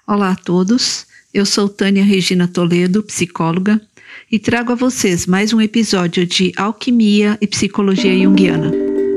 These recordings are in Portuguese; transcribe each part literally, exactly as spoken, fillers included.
Olá a todos, eu sou Tânia Regina Toledo, psicóloga, e trago a vocês mais um episódio de Alquimia e Psicologia Junguiana.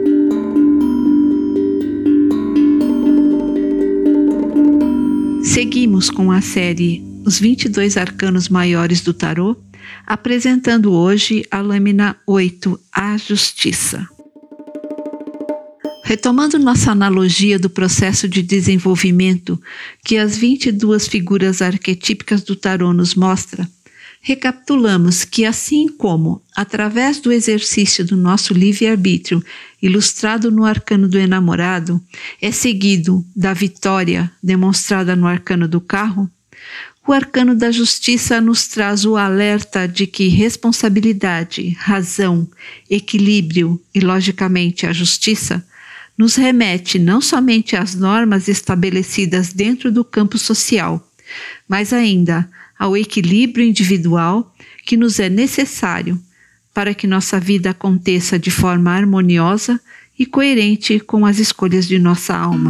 Seguimos com a série Os vinte e dois Arcanos Maiores do Tarô, apresentando hoje a lâmina oito, a Justiça. Retomando nossa analogia do processo de desenvolvimento que as vinte e duas figuras arquetípicas do tarô nos mostra, recapitulamos que assim como, através do exercício do nosso livre-arbítrio, ilustrado no arcano do enamorado, é seguido da vitória demonstrada no arcano do carro, o arcano da justiça nos traz o alerta de que responsabilidade, razão, equilíbrio e, logicamente, a justiça nos remete não somente às normas estabelecidas dentro do campo social, mas ainda ao equilíbrio individual que nos é necessário para que nossa vida aconteça de forma harmoniosa e coerente com as escolhas de nossa alma.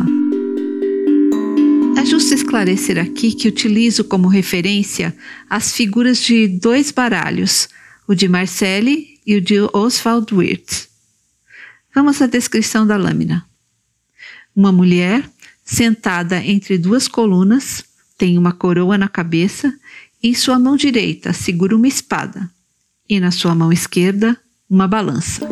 É justo esclarecer aqui que utilizo como referência as figuras de dois baralhos, o de Marcelle e o de Oswald Wirth. Vamos à descrição da lâmina. Uma mulher sentada entre duas colunas, tem uma coroa na cabeça e em sua mão direita segura uma espada e na sua mão esquerda uma balança.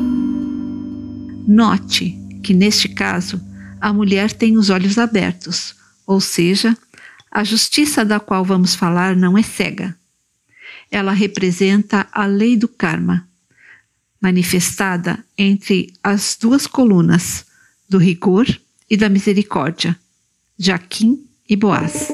Note que neste caso a mulher tem os olhos abertos, ou seja, a justiça da qual vamos falar não é cega. Ela representa a lei do karma, manifestada entre as duas colunas do rigor e da misericórdia, Jaquim e Boaz.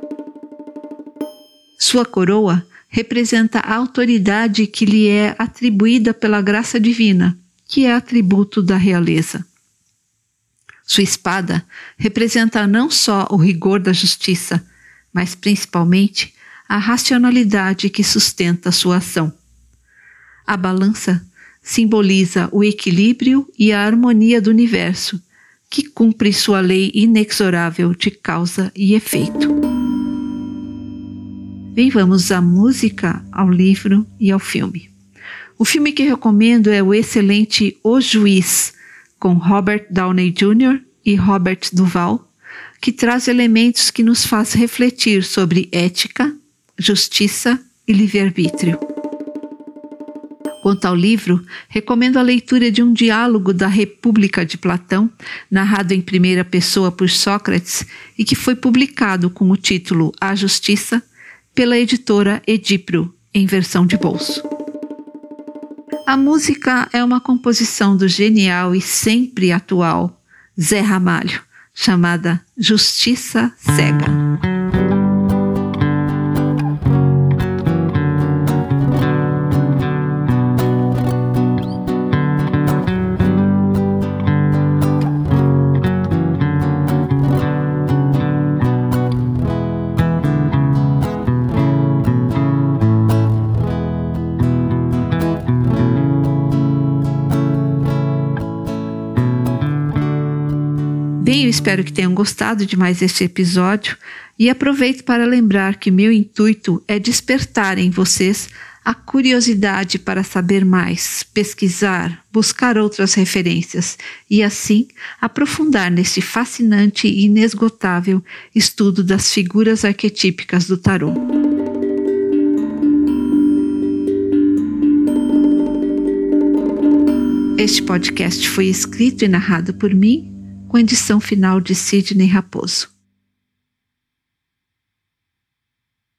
Sua coroa representa a autoridade que lhe é atribuída pela graça divina, que é atributo da realeza. Sua espada representa não só o rigor da justiça, mas principalmente a racionalidade que sustenta sua ação. A balança simboliza o equilíbrio e a harmonia do universo, que cumpre sua lei inexorável de causa e efeito. Bem, vamos à música, ao livro e ao filme. O filme que recomendo é o excelente O Juiz, com Robert Downey Júnior e Robert Duvall, que traz elementos que nos faz refletir sobre ética, justiça e livre-arbítrio. Quanto ao livro, recomendo a leitura de um diálogo da República de Platão, narrado em primeira pessoa por Sócrates e que foi publicado com o título A Justiça, pela editora Edipro, em versão de bolso. A música é uma composição do genial e sempre atual Zé Ramalho, chamada Justiça Cega. Bem, eu espero que tenham gostado de mais este episódio e aproveito para lembrar que meu intuito é despertar em vocês a curiosidade para saber mais, pesquisar, buscar outras referências e assim aprofundar neste fascinante e inesgotável estudo das figuras arquetípicas do tarô. Este podcast foi escrito e narrado por mim, com edição final de Sidney Raposo.